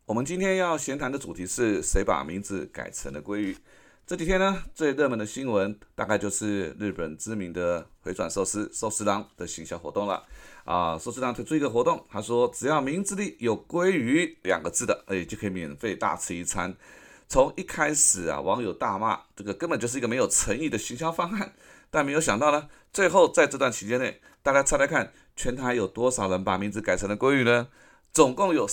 我们今天要闲谈的主题是谁把名字改成了鲑鱼。这几天呢，最热门的新闻大概就是日本知名的回转寿司郎的行销活动了。寿司郎推出一个活动，他说只要名字里有鲑鱼两个字的，就可以免费大吃一餐。从一开始网友大骂这个根本就是一个没有诚意的行销方案，但没有想到呢，最后在这段期间内，大家猜猜看，全台有多少人把名字改成了鲑鱼呢？总共有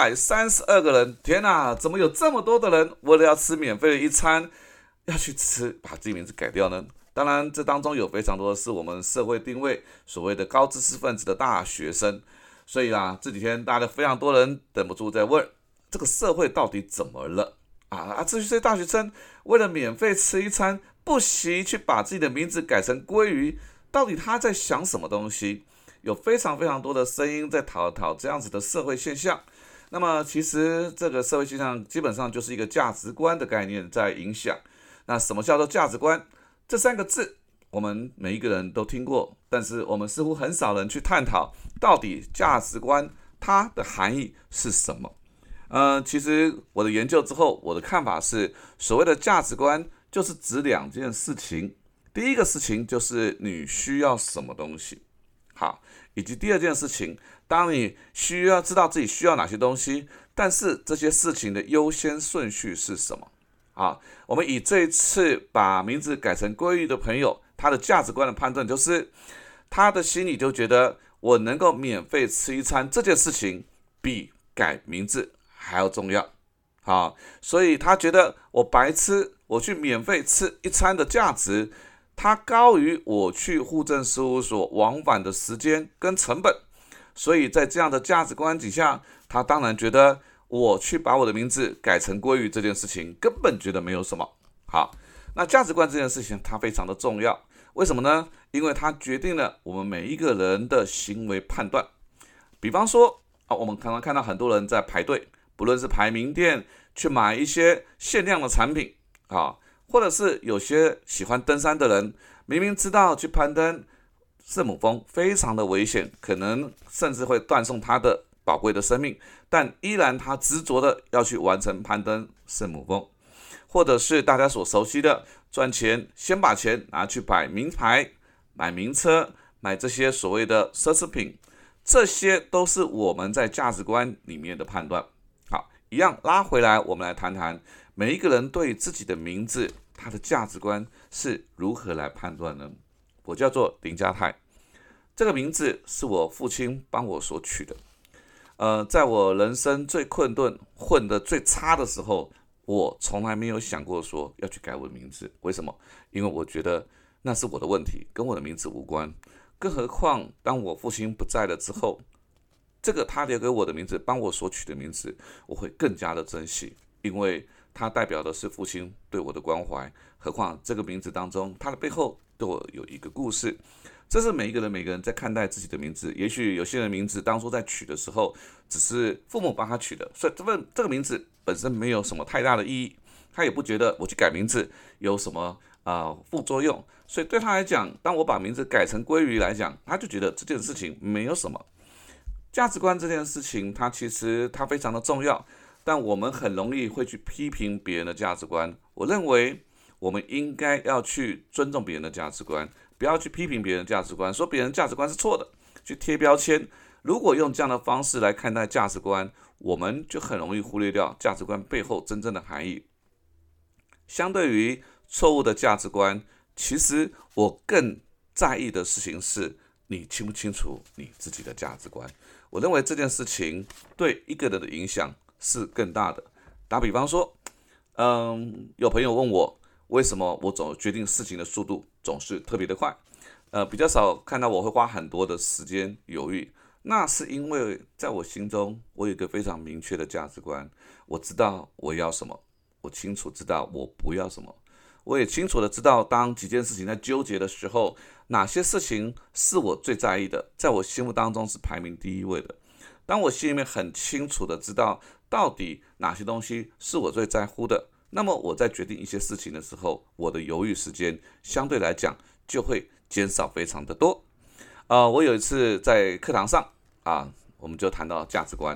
332个人。天哪，怎么有这么多的人为了要吃免费的一餐，要去吃把自己名字改掉呢？当然，这当中有非常多的是我们社会定位所谓的高知识分子的大学生。所以这几天大家非常多人等不住在问，这个社会到底怎么了？这些大学生为了免费吃一餐，不惜去把自己的名字改成鲑鱼，到底他在想什么东西？有非常非常多的声音在讨这样子的社会现象。那么其实这个社会现象基本上就是一个价值观的概念在影响。那什么叫做价值观？这3个字我们每一个人都听过，但是我们似乎很少人去探讨到底价值观它的含义是什么。其实我的研究之后，我的看法是，所谓的价值观就是指2件事情。第一个事情就是你需要什么东西，好，以及第2件事情，当你需要知道自己需要哪些东西，但是这些事情的优先顺序是什么。好，我们以这一次把名字改成鲑鱼的朋友，他的价值观的判断就是，他的心里就觉得我能够免费吃一餐这件事情比改名字还要重要。好，所以他觉得我白吃，我去免费吃一餐的价值，它高于我去户政事务所往返的时间跟成本。所以在这样的价值观底下，他当然觉得我去把我的名字改成鲑鱼这件事情根本觉得没有什么。好，那价值观这件事情它非常的重要，为什么呢？因为它决定了我们每一个人的行为判断。比方说我们常常看到很多人在排队，不论是排名店去买一些限量的产品或者是有些喜欢登山的人，明明知道去攀登圣母峰非常的危险，可能甚至会断送他的宝贵的生命，但依然他执着的要去完成攀登圣母峰。或者是大家所熟悉的赚钱，先把钱拿去买名牌、买名车、买这些所谓的奢侈品，这些都是我们在价值观里面的判断。好，一样拉回来，我们来谈谈每一个人对自己的名字，他的价值观是如何来判断呢？我叫做林家泰，这个名字是我父亲帮我所取的。在我人生最困顿、混得最差的时候，我从来没有想过说要去改我的名字。为什么？因为我觉得那是我的问题，跟我的名字无关。更何况当我父亲不在了之后，这个他留给我的名字，帮我所取的名字，我会更加的珍惜，因为它代表的是父亲对我的关怀。何况这个名字当中，它的背后对我有一个故事。这是每一个人在看待自己的名字。也许有些人名字当初在取的时候，只是父母帮他取的，所以这个名字本身没有什么太大的意义，他也不觉得我去改名字有什么副作用。所以对他来讲，当我把名字改成鲑鱼来讲，他就觉得这件事情没有什么。价值观这件事情，其实它非常的重要，但我们很容易会去批评别人的价值观。我认为我们应该要去尊重别人的价值观，不要去批评别人的价值观，说别人的价值观是错的，去贴标签。如果用这样的方式来看待价值观，我们就很容易忽略掉价值观背后真正的含义。相对于错误的价值观，其实我更在意的事情是你清不清楚你自己的价值观。我认为这件事情对一个人的影响是更大的。打比方说，有朋友问我，为什么我总决定事情的速度总是特别的快？比较少看到我会花很多的时间犹豫。那是因为在我心中，我有一个非常明确的价值观。我知道我要什么，我清楚知道我不要什么。我也清楚的知道，当几件事情在纠结的时候，哪些事情是我最在意的，在我心目当中是排名第一位的。当我心里面很清楚的知道到底哪些东西是我最在乎的，那么我在决定一些事情的时候，我的犹豫时间相对来讲就会减少非常的多。我有一次在课堂上我们就谈到价值观。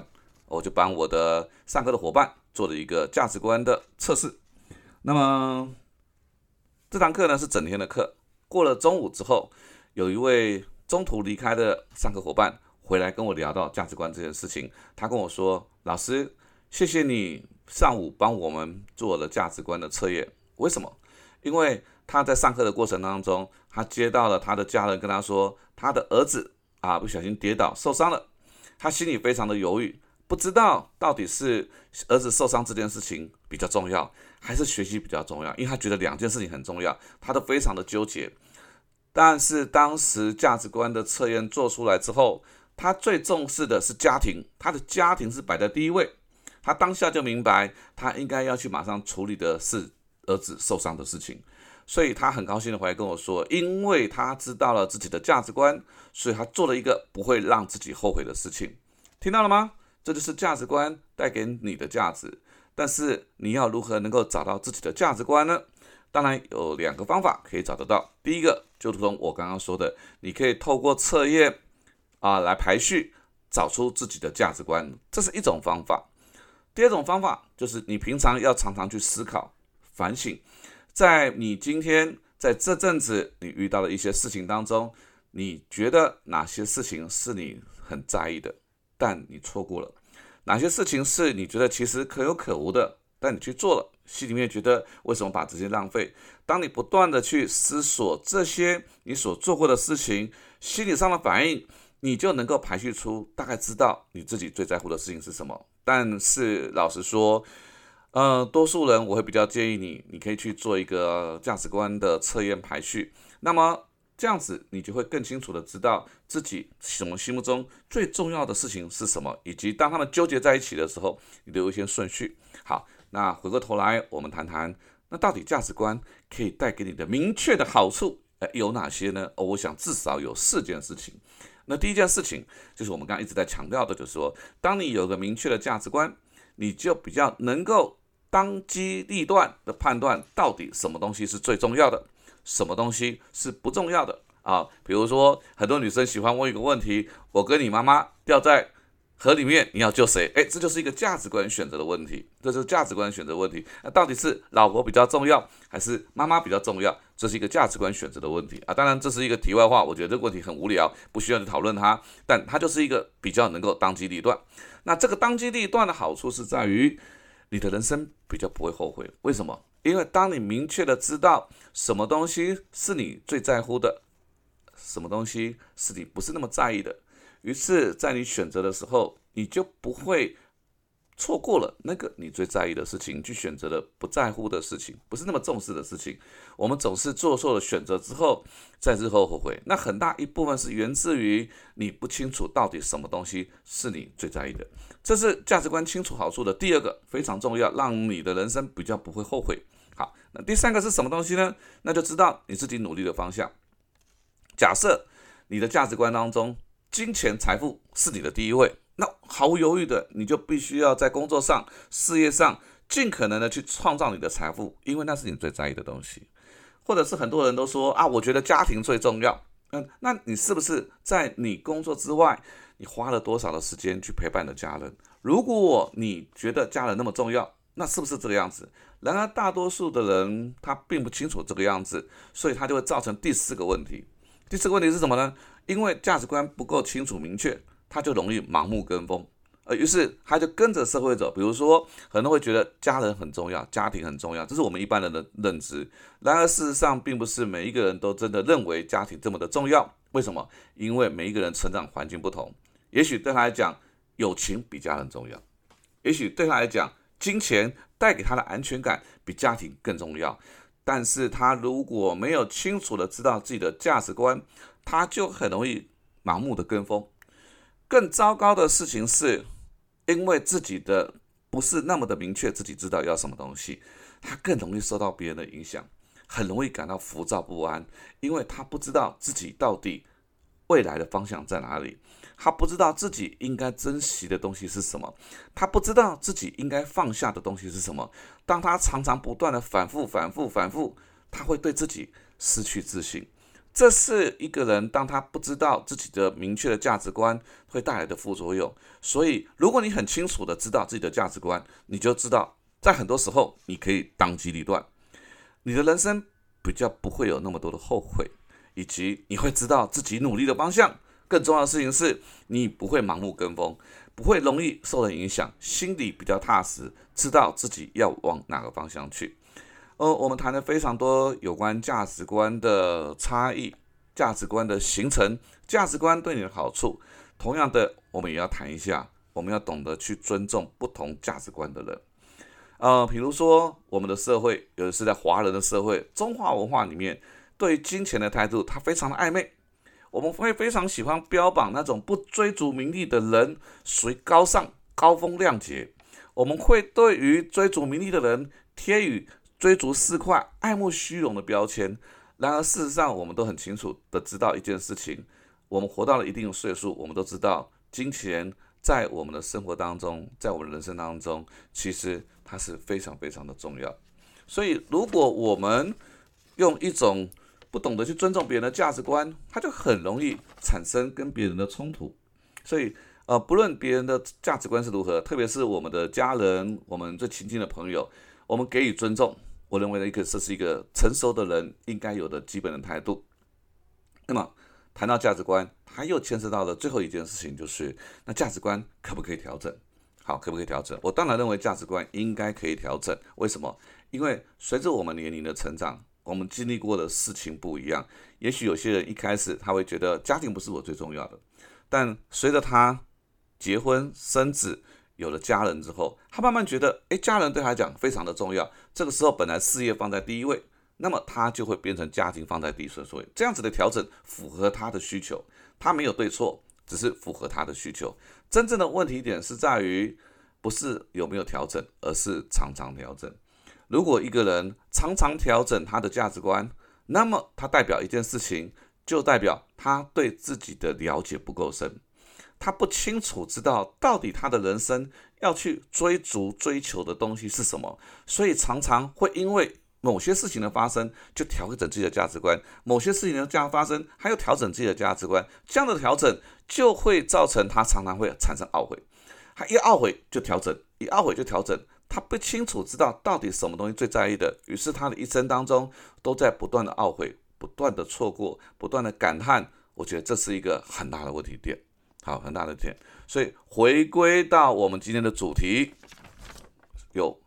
我就帮我的上课的伙伴做了一个价值观的测试。那么这堂课呢是整天的课，过了中午之后，有一位中途离开的上课伙伴回来跟我聊到价值观这件事情。他跟我说：老师，谢谢你上午帮我们做了价值观的测验。为什么？因为他在上课的过程当中，他接到了他的家人跟他说，他的儿子不小心跌倒受伤了，他心里非常的犹豫，不知道到底是儿子受伤这件事情比较重要，还是学习比较重要，因为他觉得两件事情很重要，他都非常的纠结。但是当时价值观的测验做出来之后，他最重视的是家庭，他的家庭是摆在第一位，他当下就明白他应该要去马上处理的是儿子受伤的事情。所以他很高兴的回来跟我说，因为他知道了自己的价值观，所以他做了一个不会让自己后悔的事情。听到了吗？这就是价值观带给你的价值。但是你要如何能够找到自己的价值观呢？当然有2个方法可以找得到。第一个就如同我刚刚说的，你可以透过测验来排序，找出自己的价值观，这是一种方法。第二种方法就是你平常要常常去思考、反省，在你今天在这阵子你遇到的一些事情当中，你觉得哪些事情是你很在意的，但你错过了？哪些事情是你觉得其实可有可无的，但你去做了，心里面觉得为什么把这些浪费？当你不断的去思索这些你所做过的事情，心理上的反应，你就能够排序出大概知道你自己最在乎的事情是什么。但是老实说，多数人我会比较建议你可以去做一个价值观的测验排序。那么这样子你就会更清楚的知道自己心目中最重要的事情是什么，以及当他们纠结在一起的时候，你的优先顺序。好，那回过头来我们谈谈，那到底价值观可以带给你的明确的好处有哪些呢？我想至少有4件事情。那第一件事情就是我们刚刚一直在强调的，就是说当你有个明确的价值观，你就比较能够当机立断的判断到底什么东西是最重要的，什么东西是不重要的比如说很多女生喜欢问一个问题，我跟你妈妈掉在河里面，你要救谁？这就是一个价值观选择的问题，这就是价值观选择的问题。到底是老婆比较重要，还是妈妈比较重要？这是一个价值观选择的问题当然这是一个题外话，我觉得这个问题很无聊，不需要去讨论它，但它就是一个比较能够当机立断。那这个当机立断的好处是在于，你的人生比较不会后悔。为什么？因为当你明确的知道什么东西是你最在乎的，什么东西是你不是那么在意的，于是在你选择的时候，你就不会错过了那个你最在意的事情，去选择了不在乎的事情，不是那么重视的事情。我们总是做错了选择之后，在日后后悔，那很大一部分是源自于你不清楚到底什么东西是你最在意的。这是价值观清楚好处的第2个，非常重要，让你的人生比较不会后悔。好，那第3个是什么东西呢？那就知道你自己努力的方向。假设你的价值观当中，金钱财富是你的第一位，那毫无犹豫的，你就必须要在工作上、事业上尽可能的去创造你的财富，因为那是你最在意的东西。或者是很多人都说我觉得家庭最重要。那你是不是在你工作之外，你花了多少的时间去陪伴你的家人？如果你觉得家人那么重要，那是不是这个样子？然而大多数的人他并不清楚这个样子，所以他就会造成第4个问题。第4个问题是什么呢？因为价值观不够清楚明确，他就容易盲目跟风，于是他就跟着社会走。比如说很多人会觉得家人很重要，家庭很重要，这是我们一般人的认知。然而事实上并不是每一个人都真的认为家庭这么的重要。为什么？因为每一个人成长环境不同，也许对他来讲友情比家人重要，也许对他来讲金钱带给他的安全感比家庭更重要。但是他如果没有清楚的知道自己的价值观，他就很容易盲目的跟风。更糟糕的事情是，因为自己的不是那么的明确，自己知道要什么东西，他更容易受到别人的影响，很容易感到浮躁不安，因为他不知道自己到底未来的方向在哪里，他不知道自己应该珍惜的东西是什么，他不知道自己应该放下的东西是什么。当他常常不断的反复，他会对自己失去自信。 这是一个人当他不知道自己的明确的价值观会带来的副作用。所以如果你很清楚的知道自己的价值观，你就知道在很多时候你可以当机立断，你的人生比较不会有那么多的后悔，以及你会知道自己努力的方向。更重要的事情是，你不会盲目跟风，不会容易受人影响，心里比较踏实，知道自己要往哪个方向去。我们谈了非常多有关价值观的差异、价值观的形成、价值观对你的好处。同样的，我们也要谈一下，我们要懂得去尊重不同价值观的人。比如说我们的社会，尤其是在华人的社会、中华文化里面，对于金钱的态度，它非常的暧昧。我们会非常喜欢标榜那种不追逐名利的人属于高尚、高风亮节。我们会对于追逐名利的人贴予追逐市侩、爱慕虚荣的标签。然而事实上，我们都很清楚的知道一件事情，我们活到了一定的岁数，我们都知道金钱在我们的生活当中，在我们的人生当中，其实它是非常非常的重要。所以如果我们用一种不懂得去尊重别人的价值观，它就很容易产生跟别人的冲突。所以不论别人的价值观是如何，特别是我们的家人，我们最亲近的朋友，我们给予尊重，我认为这是一个成熟的人应该有的基本的态度。那么谈到价值观，它又牵涉到了最后一件事情，就是那价值观可不可以调整？好，可不可以调整？我当然认为价值观应该可以调整。为什么？因为随着我们年龄的成长，我们经历过的事情不一样。也许有些人一开始他会觉得家庭不是我最重要的，但随着他结婚生子，有了家人之后，他慢慢觉得家人对他来讲非常的重要。这个时候本来事业放在第一位，那么他就会变成家庭放在第顺位。这样子的调整符合他的需求，他没有对错，只是符合他的需求。真正的问题点是在于不是有没有调整，而是常常调整。如果一个人常常调整他的价值观，那么他代表一件事情，就代表他对自己的了解不够深，他不清楚知道到底他的人生要去追求的东西是什么，所以常常会因为某些事情的发生就调整自己的价值观，某些事情的这样发生还要调整自己的价值观，这样的调整就会造成他常常会产生懊悔，他一懊悔就调整，一懊悔就调整，他不清楚知道到底什么东西最在意的，于是他的一生当中都在不断的懊悔，不断的错过，不断的感叹。我觉得这是一个很大的问题点，好，很大的点。所以回归到我们今天的主题，有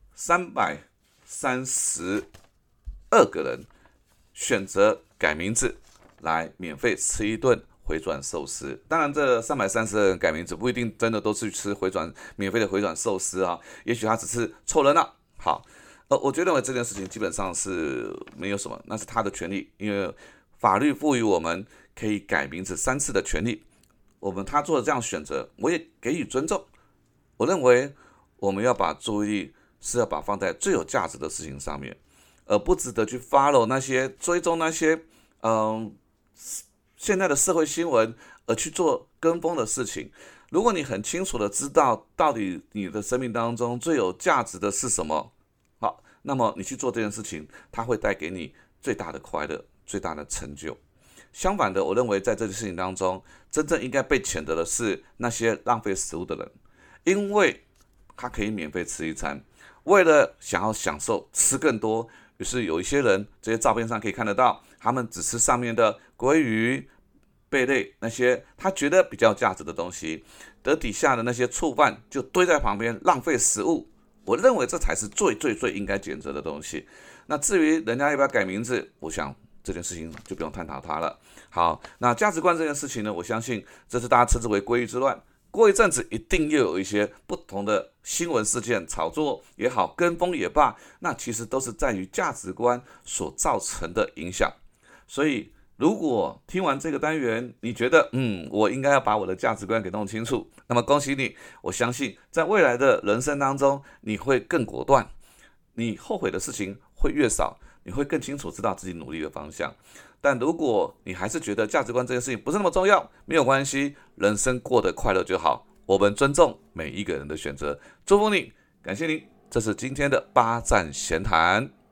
332个人选择改名字来免费吃一顿回转寿司。当然这332人改名字不一定真的都是吃免费的回转寿司啊，也许他只是凑热闹。好，我觉得这件事情基本上是没有什么，那是他的权利，因为法律赋予我们可以改名字3次的权利。他做的这样选择，我也给予尊重。我认为我们要把注意力是要把放在最有价值的事情上面，而不值得去 follow 那些追踪那些现在的社会新闻而去做跟风的事情。如果你很清楚的知道到底你的生命当中最有价值的是什么，好，那么你去做这件事情，它会带给你最大的快乐，最大的成就。相反的，我认为在这件事情当中，真正应该被谴责的是那些浪费食物的人，因为他可以免费吃一餐，为了想要享受吃更多，于是有一些人，这些照片上可以看得到，他们只吃上面的鲑鱼、贝类那些他觉得比较有价值的东西，而底下的那些醋饭就堆在旁边浪费食物。我认为这才是最应该谴责的东西。那至于人家要不要改名字，我想这件事情就不用探讨它了。好，那价值观这件事情呢，我相信这是大家称之为归于之乱。过一阵子一定又有一些不同的新闻事件，炒作也好，跟风也罢，那其实都是在于价值观所造成的影响。所以如果听完这个单元，你觉得我应该要把我的价值观给弄清楚，那么恭喜你，我相信在未来的人生当中，你会更果断，你后悔的事情会越少，你会更清楚知道自己努力的方向。但如果你还是觉得价值观这件事情不是那么重要，没有关系，人生过得快乐就好。我们尊重每一个人的选择，祝福你，感谢您，这是今天的8站闲谈。